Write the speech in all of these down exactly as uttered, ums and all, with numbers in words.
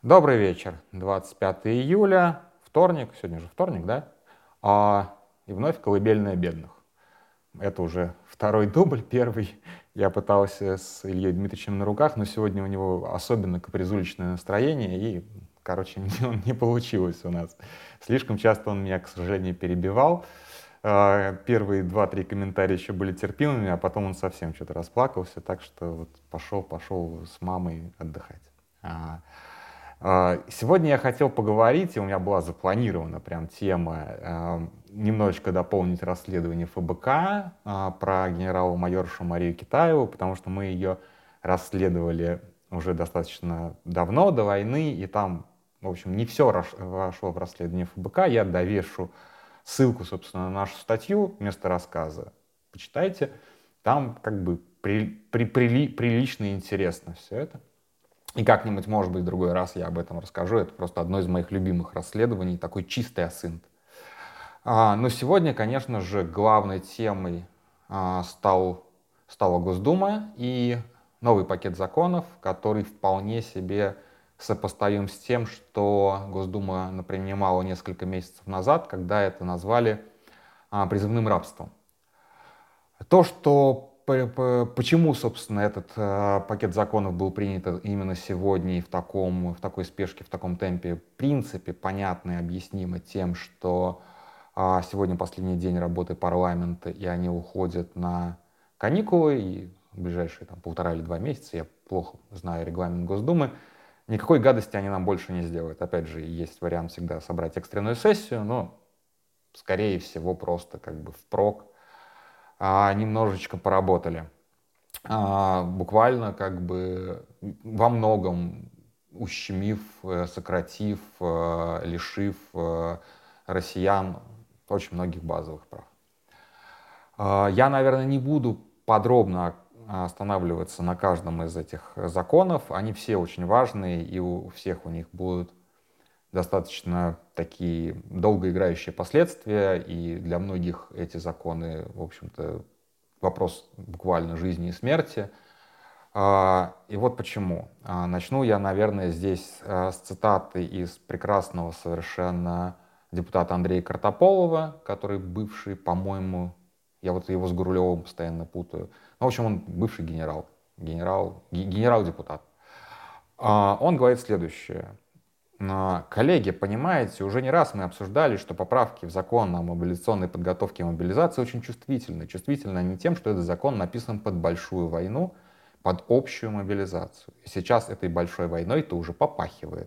Добрый вечер. двадцать пятое июля, вторник, сегодня же вторник, да? А, и вновь колыбельная бедных. Это уже второй дубль, первый я пытался с Ильей Дмитриевичем на руках, но сегодня у него особенно капризуличное настроение, и, короче, не, не получилось у нас. Слишком часто он меня, к сожалению, перебивал. А, Первые два-три комментария еще были терпимыми, а потом он совсем что-то расплакался, так что вот пошел, пошел с мамой отдыхать. А, а, Сегодня я хотел поговорить, и у меня была запланирована прям тема, а, немножечко дополнить расследование эф бэ ка а, про генерала-майоршу Марию Китаеву, потому что мы ее расследовали уже достаточно давно, до войны, и там, в общем, не все вошло в расследование эф бэ ка. Я довешу ссылку, собственно, на нашу статью вместо рассказа. Почитайте, там как бы при, при, при, прилично и интересно все это. И как-нибудь, может быть, в другой раз я об этом расскажу. Это просто одно из моих любимых расследований, такой чистый асынт. А, но сегодня, конечно же, главной темой а, стал, стала Госдума и новый пакет законов, который вполне себе сопоставим с тем, что Госдума принимала несколько месяцев назад, когда это назвали а, призывным рабством. То, что почему, собственно, этот э, пакет законов был принят именно сегодня и в, таком, в такой спешке, в таком темпе, в принципе, понятно и объяснимо тем, что э, сегодня последний день работы парламента, и они уходят на каникулы, и в ближайшие там, полтора или два месяца, я плохо знаю регламент Госдумы, никакой гадости они нам больше не сделают. Опять же, есть вариант всегда собрать экстренную сессию, но, скорее всего, просто как бы впрок а, немножечко поработали. А, буквально как бы во многом ущемив, э, сократив, э, лишив э, россиян очень многих базовых прав. А, Я, наверное, не буду подробно останавливаться на каждом из этих законов. Они все очень важные, и у всех у них будут достаточно такие долгоиграющие последствия, и для многих эти законы, в общем-то, вопрос буквально жизни и смерти. А, И вот почему. А, Начну я, наверное, здесь а, с цитаты из прекрасного совершенно депутата Андрея Картополова, который бывший, по-моему, я вот его с Гурулевым постоянно путаю. Ну, в общем, он бывший генерал, генерал, ге- генерал-депутат. А, Он говорит следующее. А, Коллеги, понимаете, уже не раз мы обсуждали, что поправки в закон о мобилизационной подготовке и мобилизации очень чувствительны. Чувствительны они тем, что этот закон написан под большую войну, под общую мобилизацию. И сейчас этой большой войной-то уже попахивает.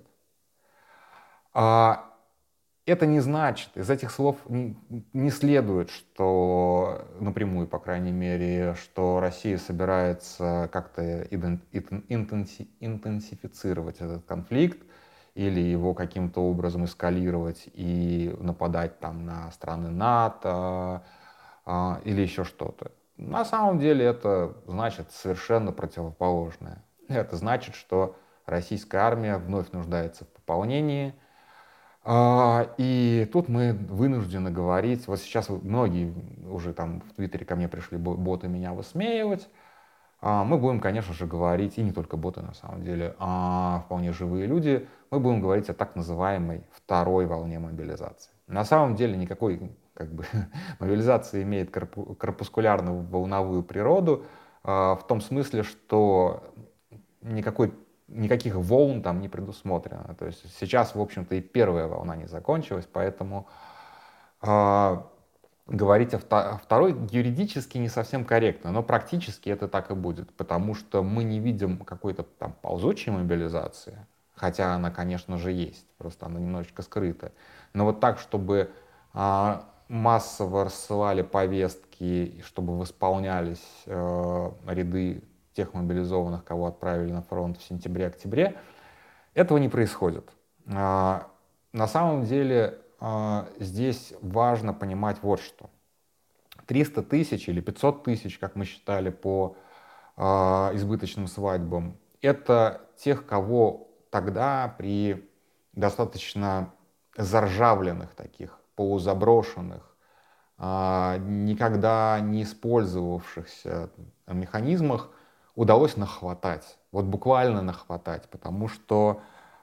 А это не значит, из этих слов не, не следует, что напрямую, по крайней мере, что Россия собирается как-то иден- иден- интенси- интенсифицировать этот конфликт или его каким-то образом эскалировать и нападать там на страны НАТО а, или еще что-то. На самом деле это значит совершенно противоположное. Это значит, что российская армия вновь нуждается в пополнении. А, И тут мы вынуждены говорить, вот сейчас многие уже там в Твиттере ко мне пришли боты меня высмеивать. А, Мы будем, конечно же, говорить, и не только боты на самом деле, а вполне живые люди, мы будем говорить о так называемой второй волне мобилизации. На самом деле никакой как бы, мобилизация имеет корпу- корпускулярную волновую природу, а, в том смысле, что никакой, никаких волн там не предусмотрено. То есть сейчас, в общем-то, и первая волна не закончилась, поэтому а, говорить о, вто- о второй юридически не совсем корректно, но практически это так и будет, потому что мы не видим какой-то там ползучей мобилизации, хотя она, конечно же, есть, просто она немножечко скрыта. Но вот так, чтобы а, массово рассылали повестки, и чтобы восполнялись э, ряды тех мобилизованных, кого отправили на фронт в сентябре-октябре, этого не происходит. А, На самом деле а, здесь важно понимать вот что. триста тысяч или пятьсот тысяч, как мы считали по а, избыточным свадьбам, это тех, кого тогда при достаточно заржавленных таких, полузаброшенных, а, никогда не использовавшихся механизмах удалось нахватать. Вот буквально нахватать, потому что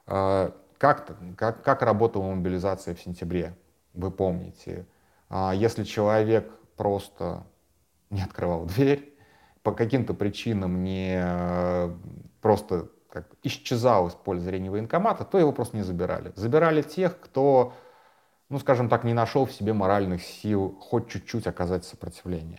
Как, как, как работала мобилизация в сентябре, вы помните. Если человек просто не открывал дверь, по каким-то причинам не просто как исчезал из поля зрения военкомата, то его просто не забирали. Забирали тех, кто, ну, скажем так, не нашел в себе моральных сил хоть чуть-чуть оказать сопротивление.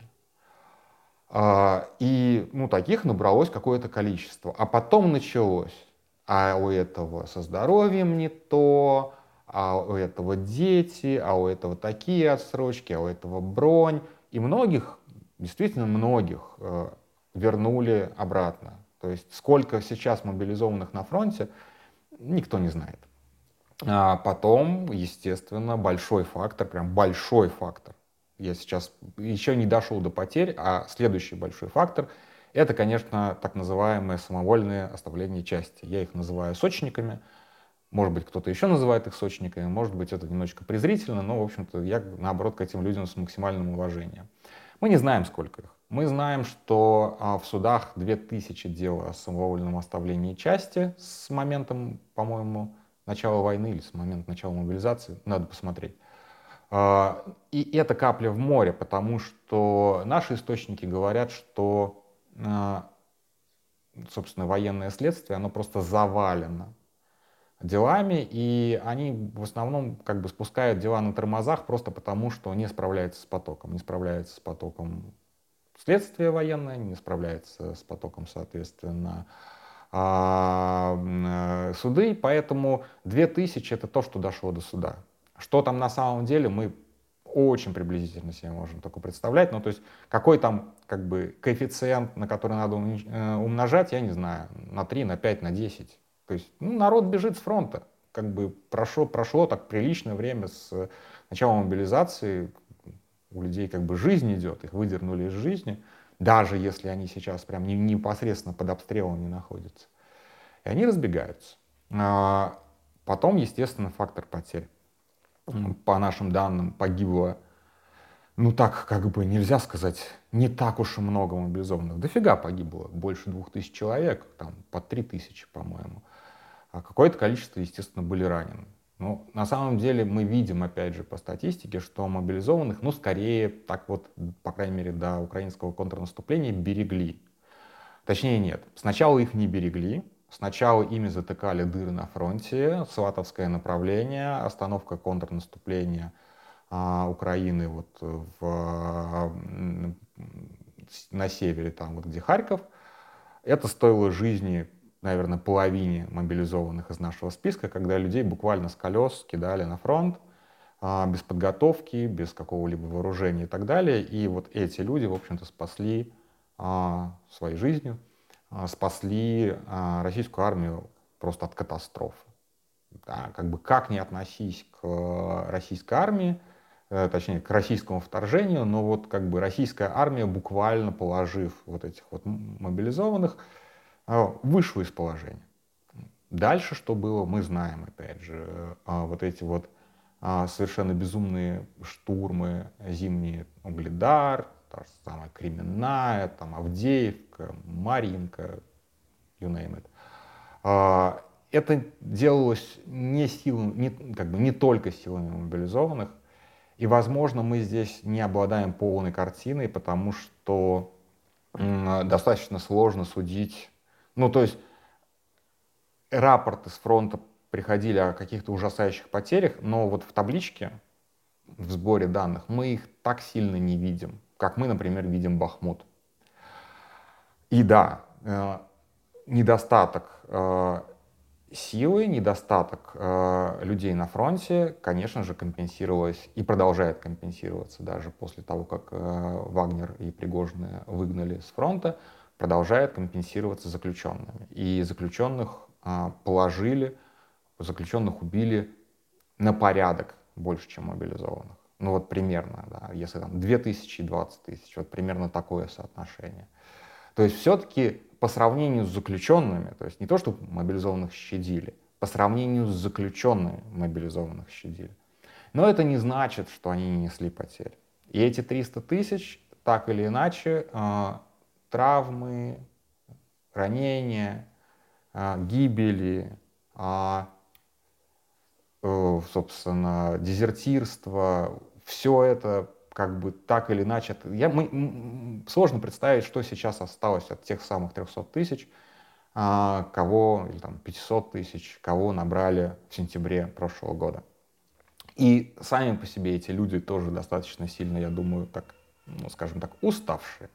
И, ну, таких набралось какое-то количество. А потом началось. А у этого со здоровьем не то, а у этого дети, а у этого такие отсрочки, а у этого бронь. И многих, действительно многих, э, вернули обратно. То есть сколько сейчас мобилизованных на фронте, никто не знает. А потом, естественно, большой фактор, прям большой фактор. Я сейчас еще не дошел до потерь, а следующий большой фактор — это, конечно, так называемое самовольное оставление части. Я их называю сочниками. Может быть, кто-то еще называет их сочниками, может быть, это немножечко презрительно, но, в общем-то, я, наоборот, к этим людям с максимальным уважением. Мы не знаем, сколько их. Мы знаем, что а, в судах две тысячи дел о самовольном оставлении части с моментом, по-моему, начала войны или с момента начала мобилизации, надо посмотреть. А, и это капля в море, потому что наши источники говорят, что, а, собственно, военное следствие, оно просто завалено делами, и они в основном как бы спускают дела на тормозах просто потому, что не справляются с потоком, не справляются с потоком следствия военное, не справляется с потоком, соответственно, а, э, суды, поэтому две тысячи — это то, что дошло до суда. Что там на самом деле, мы очень приблизительно себе можем только представлять. Ну, то есть какой там как бы коэффициент, на который надо э, умножать, я не знаю, на три, на пять, на десять. То есть, ну, народ бежит с фронта. Как бы прошло, прошло так приличное время с начала мобилизации, у людей как бы жизнь идет, их выдернули из жизни, даже если они сейчас прям не, непосредственно под обстрелом не находятся. И они разбегаются. А потом, естественно, фактор потерь. По нашим данным, погибло, ну так как бы нельзя сказать, не так уж и много мобилизованных. Дофига погибло, больше двух тысяч человек, там по три тысячи, по-моему. А какое-то количество, естественно, были ранены. Но на самом деле мы видим, опять же, по статистике, что мобилизованных, ну, скорее, так вот, по крайней мере, до украинского контрнаступления берегли. Точнее, нет. Сначала их не берегли. Сначала ими затыкали дыры на фронте, Сватовское направление, остановка контрнаступления а, Украины вот в, на севере, там вот где Харьков. Это стоило жизни, наверное, половине мобилизованных из нашего списка, когда людей буквально с колес кидали на фронт, а, без подготовки, без какого-либо вооружения и так далее. И вот эти люди, в общем-то, спасли а, своей жизнью, а, спасли а, российскую армию просто от катастрофы. Да, как бы как ни относись к российской армии, э, точнее, к российскому вторжению, но вот как бы российская армия, буквально положив вот этих вот мобилизованных, э, вышла из положения. Дальше что было, мы знаем, опять же, а, вот эти вот а, совершенно безумные штурмы зимние, Угледар, та же самая Кременная, там Авдеевка, Марьинка, you name it. А, это делалось не силами, не, как бы не только силами мобилизованных, и, возможно, мы здесь не обладаем полной картиной, потому что м, достаточно сложно судить, ну, то есть рапорты с фронта приходили о каких-то ужасающих потерях, но вот в табличке, в сборе данных, мы их так сильно не видим, как мы, например, видим Бахмут. И да, э, недостаток э, силы, недостаток э, людей на фронте, конечно же, компенсировалось и продолжает компенсироваться даже после того, как э, Вагнер и Пригожина выгнали с фронта, продолжает компенсироваться заключенными. И заключенных э, положили, заключенных убили на порядок больше, чем мобилизованных. Ну вот примерно, да, если там две тысячи и двадцать тысяч, вот примерно такое соотношение. То есть все-таки по сравнению с заключенными, то есть не то, что мобилизованных щадили, по сравнению с заключенными мобилизованных щадили. Но это не значит, что они не несли потерь. И эти триста тысяч, так или иначе, э, травмы, ранения, э, гибели, а, э, собственно, дезертирство, все это как бы так или иначе. это- Я, мы, м, сложно представить, что сейчас осталось от тех самых трехсот тысяч, а, кого, или там пятьсот тысяч, кого набрали в сентябре прошлого года. И сами по себе эти люди тоже достаточно сильно, я думаю, так, ну, скажем так, уставшие.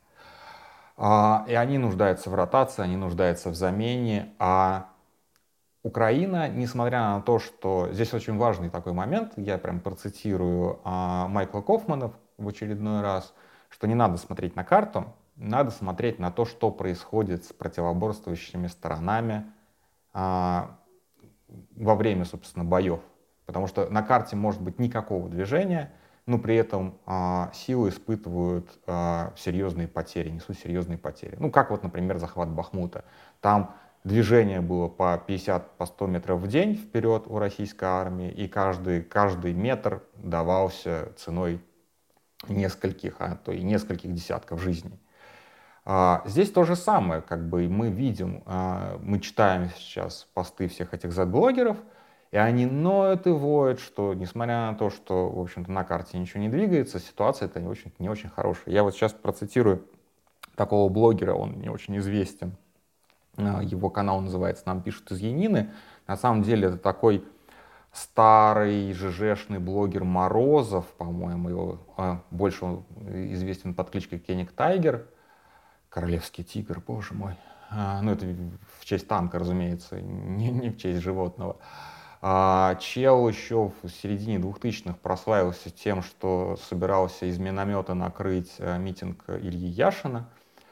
А, и они нуждаются в ротации, они нуждаются в замене. А Украина, несмотря на то, что здесь очень важный такой момент, я прям процитирую а, Майкла Кофмана в очередной раз, что не надо смотреть на карту, надо смотреть на то, что происходит с противоборствующими сторонами а, во время, собственно, боев. Потому что на карте может быть никакого движения, но при этом а, силы испытывают а, серьезные потери, несут серьезные потери. Ну, как вот, например, захват Бахмута. Там движение было по пятьдесят, по сто метров в день вперед у российской армии, и каждый, каждый метр давался ценой нескольких, а то и нескольких десятков жизней. А, Здесь то же самое, как бы мы видим, а, мы читаем сейчас посты всех этих зет-блогеров, и они ноют и воют, что несмотря на то, что, в общем-то, на карте ничего не двигается, ситуация это не очень, не очень хорошая. Я вот сейчас процитирую такого блогера, он не очень известен, а, его канал называется «Нам пишут из Янины». На самом деле это такой старый жжешный блогер Морозов, по-моему, его а, больше он известен под кличкой Кеник Тайгер. Королевский тигр, боже мой. А, ну, это в честь танка, разумеется, не, не в честь животного. А, чел еще в середине двухтысячных прославился тем, что собирался из миномета накрыть а, митинг Ильи Яшина.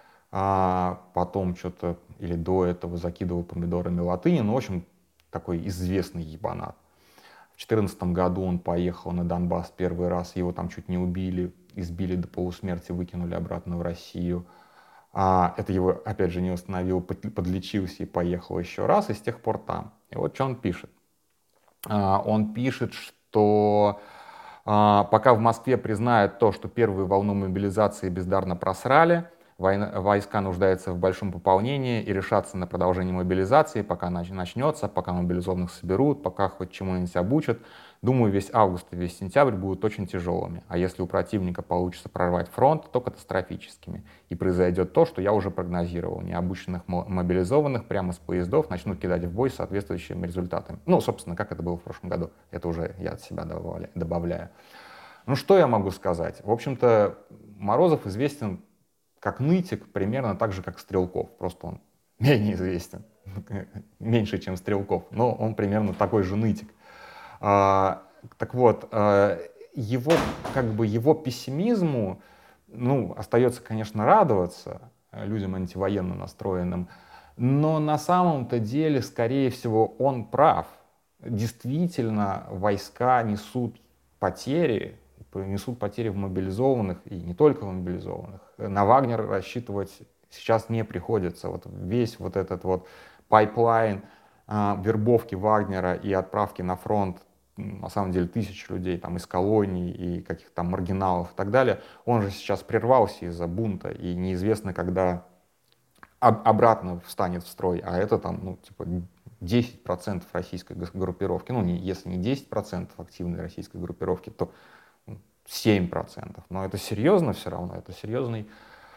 А потом что-то, или до этого, закидывал помидорами Латыни. Ну, в общем, такой известный ебанат. В две тысячи четырнадцатом году он поехал на Донбасс первый раз, его там чуть не убили, избили до полусмерти, выкинули обратно в Россию. А это его, опять же, не установил, подлечился и поехал еще раз, и с тех пор там. И вот что он пишет. А, Он пишет, что а, пока в Москве признают то, что первую волну мобилизации бездарно просрали, война, войска нуждаются в большом пополнении и решатся на продолжение мобилизации, пока начнется, пока мобилизованных соберут, пока хоть чему-нибудь обучат. Думаю, весь август и весь сентябрь будут очень тяжелыми. А если у противника получится прорвать фронт, то катастрофическими. И произойдет то, что я уже прогнозировал. Необученных мобилизованных прямо с поездов начнут кидать в бой с соответствующими результатами. Ну, собственно, как это было в прошлом году. Это уже я от себя добавляю. Ну, что я могу сказать? В общем-то, Морозов известен как нытик примерно так же, как Стрелков. Просто он менее известен, меньше, чем Стрелков. Но он примерно такой же нытик. А, так вот, а, его, как бы его пессимизму, ну, остается, конечно, радоваться людям антивоенно настроенным, но на самом-то деле, скорее всего, он прав. Действительно, войска несут потери, несут потери в мобилизованных, и не только в мобилизованных. На Вагнер рассчитывать сейчас не приходится. Вот весь вот этот вот пайплайн а, вербовки Вагнера и отправки на фронт, на самом деле, тысяч людей там, из колоний и каких-то там маргиналов и так далее, он же сейчас прервался из-за бунта, и неизвестно, когда об- обратно встанет в строй, а это там, ну, типа, десять процентов российской группировки, ну, не, если не десять процентов активной российской группировки, то семь процентов. Но это серьезно все равно, это серьезный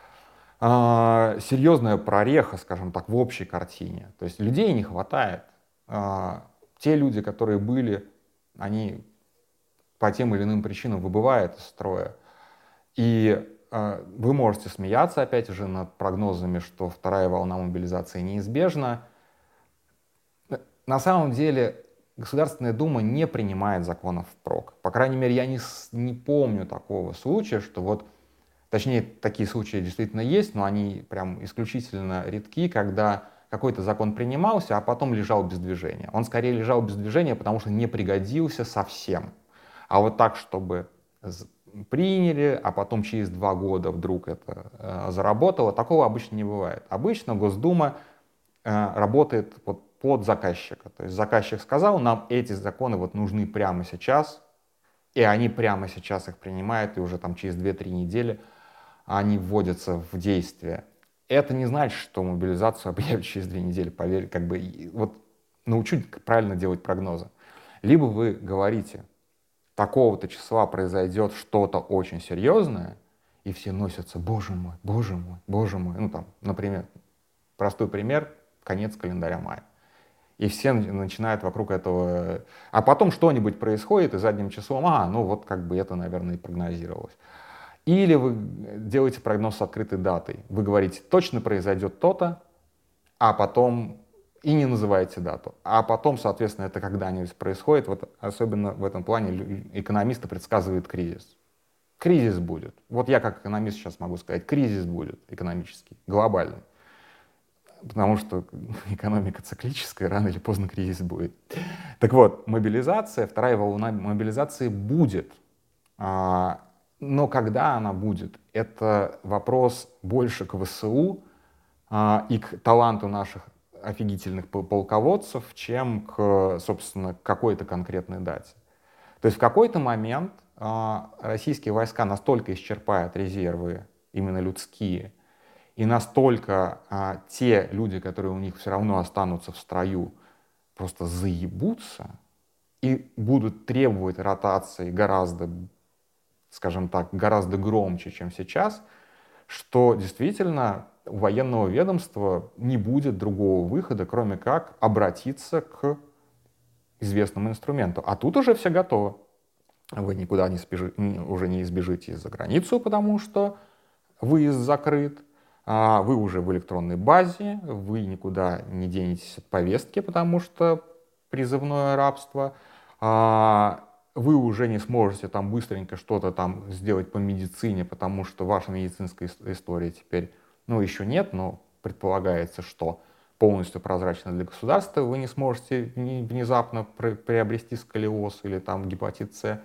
а, серьезная прореха, скажем так, в общей картине. То есть людей не хватает. А, те люди, которые были, они по тем или иным причинам выбывают из строя. И а, вы можете смеяться, опять же, над прогнозами, что вторая волна мобилизации неизбежна. На самом деле Государственная Дума не принимает законов впрок. По крайней мере, я не, не помню такого случая, что вот, точнее, такие случаи действительно есть, но они прям исключительно редки, когда какой-то закон принимался, а потом лежал без движения. Он скорее лежал без движения, потому что не пригодился совсем. А вот так, чтобы приняли, а потом через два года вдруг это э, заработало, такого обычно не бывает. Обычно Госдума э, работает вот под заказчика. То есть заказчик сказал, нам эти законы вот нужны прямо сейчас, и они прямо сейчас их принимают, и уже там через две-три недели они вводятся в действие. Это не значит, что мобилизацию объявят через две недели, поверь, как бы вот научить правильно делать прогнозы. Либо вы говорите, такого-то числа произойдет что-то очень серьезное, и все носятся, боже мой, боже мой, боже мой. Ну там, например, простой пример, конец календаря мая. И все начинают вокруг этого... А потом что-нибудь происходит, и задним числом, а, ну вот как бы это, наверное, и прогнозировалось. Или вы делаете прогноз с открытой датой. Вы говорите, точно произойдет то-то, а потом и не называете дату. А потом, соответственно, это когда-нибудь происходит. Вот особенно в этом плане экономисты предсказывают кризис. Кризис будет. Вот я как экономист сейчас могу сказать, кризис будет экономический, глобальный. Потому что экономика циклическая, рано или поздно кризис будет. Так вот, мобилизация, вторая волна мобилизации будет. Но когда она будет, это вопрос больше к ВСУ и к таланту наших офигительных полководцев, чем к, собственно, какой-то конкретной дате. То есть в какой-то момент российские войска настолько исчерпают резервы, именно людские, и настолько а, те люди, которые у них все равно останутся в строю, просто заебутся и будут требовать ротации гораздо, скажем так, гораздо громче, чем сейчас, что действительно у военного ведомства не будет другого выхода, кроме как обратиться к известному инструменту. А тут уже все готово. Вы никуда не спежи, уже не избежите за границу, потому что выезд закрыт. Вы уже в электронной базе, вы никуда не денетесь от повестки, потому что призывное рабство. Вы уже не сможете там быстренько что-то там сделать по медицине, потому что ваша медицинская история теперь, ну, еще нет, но предполагается, что полностью прозрачно для государства. Вы не сможете внезапно приобрести сколиоз или там гепатит С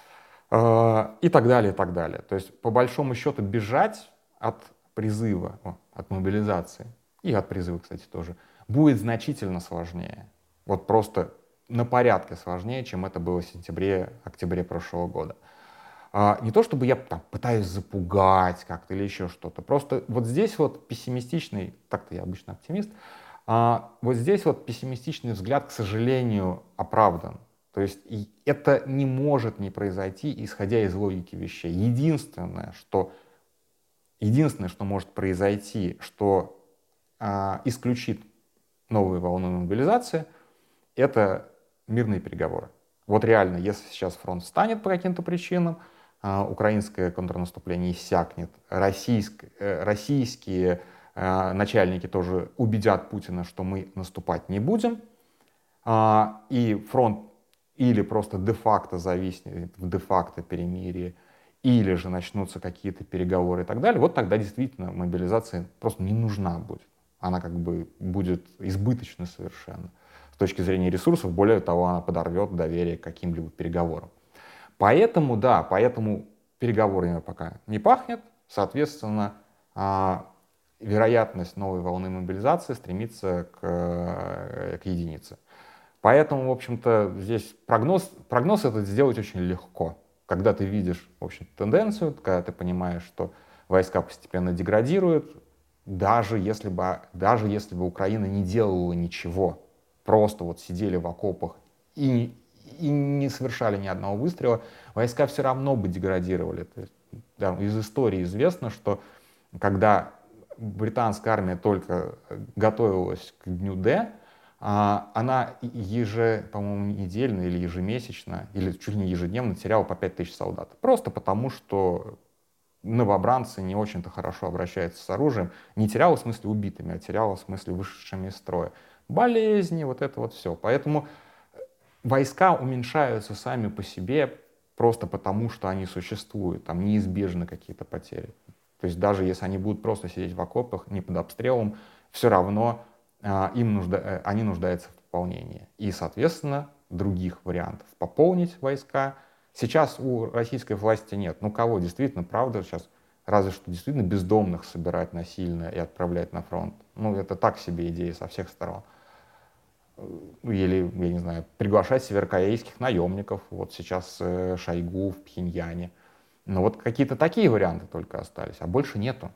и так далее, и так далее. То есть, по большому счету, бежать от призыва, о, от мобилизации, и от призыва, кстати, тоже, будет значительно сложнее. Вот просто на порядке сложнее, чем это было в сентябре-октябре прошлого года. А, не то чтобы я там, пытаюсь запугать как-то или еще что-то, просто вот здесь вот пессимистичный, так-то я обычно оптимист, а, вот здесь вот пессимистичный взгляд, к сожалению, оправдан. То есть это не может не произойти, исходя из логики вещей. Единственное, что Единственное, что может произойти, что а, исключит новую волну мобилизации, это мирные переговоры. Вот реально, если сейчас фронт встанет по каким-то причинам, а, украинское контрнаступление иссякнет, российск, э, российские э, начальники тоже убедят Путина, что мы наступать не будем, а, и фронт или просто де-факто зависнет в де-факто перемирии, или же начнутся какие-то переговоры и так далее, вот тогда действительно мобилизация просто не нужна будет. Она как бы будет избыточна совершенно. С точки зрения ресурсов, более того, она подорвет доверие к каким-либо переговорам. Поэтому, да, поэтому переговорами пока не пахнет, соответственно, вероятность новой волны мобилизации стремится к, к единице. Поэтому, в общем-то, здесь прогноз, прогноз этот сделать очень легко. Когда ты видишь, в общем, тенденцию, когда ты понимаешь, что войска постепенно деградируют, даже если бы, даже если бы Украина не делала ничего, просто вот сидели в окопах и, и не совершали ни одного выстрела, войска все равно бы деградировали. То есть, да, из истории известно, что когда британская армия только готовилась к дню Д, она еже, по-моему, недельно или ежемесячно, или чуть ли не ежедневно теряла по пять тысяч солдат. Просто потому, что новобранцы не очень-то хорошо обращаются с оружием. Не теряла в смысле убитыми, а теряла в смысле вышедшими из строя. Болезни, вот это вот все. Поэтому войска уменьшаются сами по себе просто потому, что они существуют. Там неизбежны какие-то потери. То есть даже если они будут просто сидеть в окопах, не под обстрелом, все равно им нужда... они нуждаются в пополнении. И, соответственно, других вариантов пополнить войска сейчас у российской власти нет. Ну кого действительно, правда, сейчас разве что действительно бездомных собирать насильно и отправлять на фронт. Ну это так себе идея со всех сторон. Или, я не знаю, приглашать северокорейских наемников. Вот сейчас э, Шойгу в Пхеньяне. Но вот какие-то такие варианты только остались, а больше нету.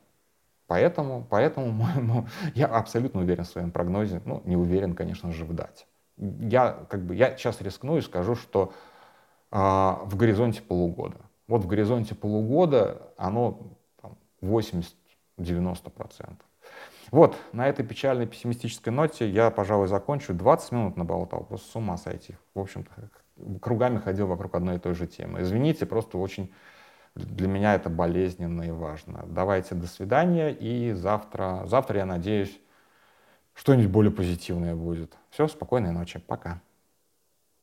Поэтому, поэтому ну, я абсолютно уверен в своем прогнозе. Ну, не уверен, конечно же, в дате. я, как бы, я сейчас рискну и скажу, что а, в горизонте полугода. Вот в горизонте полугода оно восемьдесят-девяносто процентов. Вот, на этой печальной пессимистической ноте я, пожалуй, закончу. двадцать минут наболтал, просто с ума сойти. В общем-то, кругами ходил вокруг одной и той же темы. Извините, просто очень для меня это болезненно и важно. Давайте, до свидания, и завтра, завтра, я надеюсь, что-нибудь более позитивное будет. Все, спокойной ночи, пока.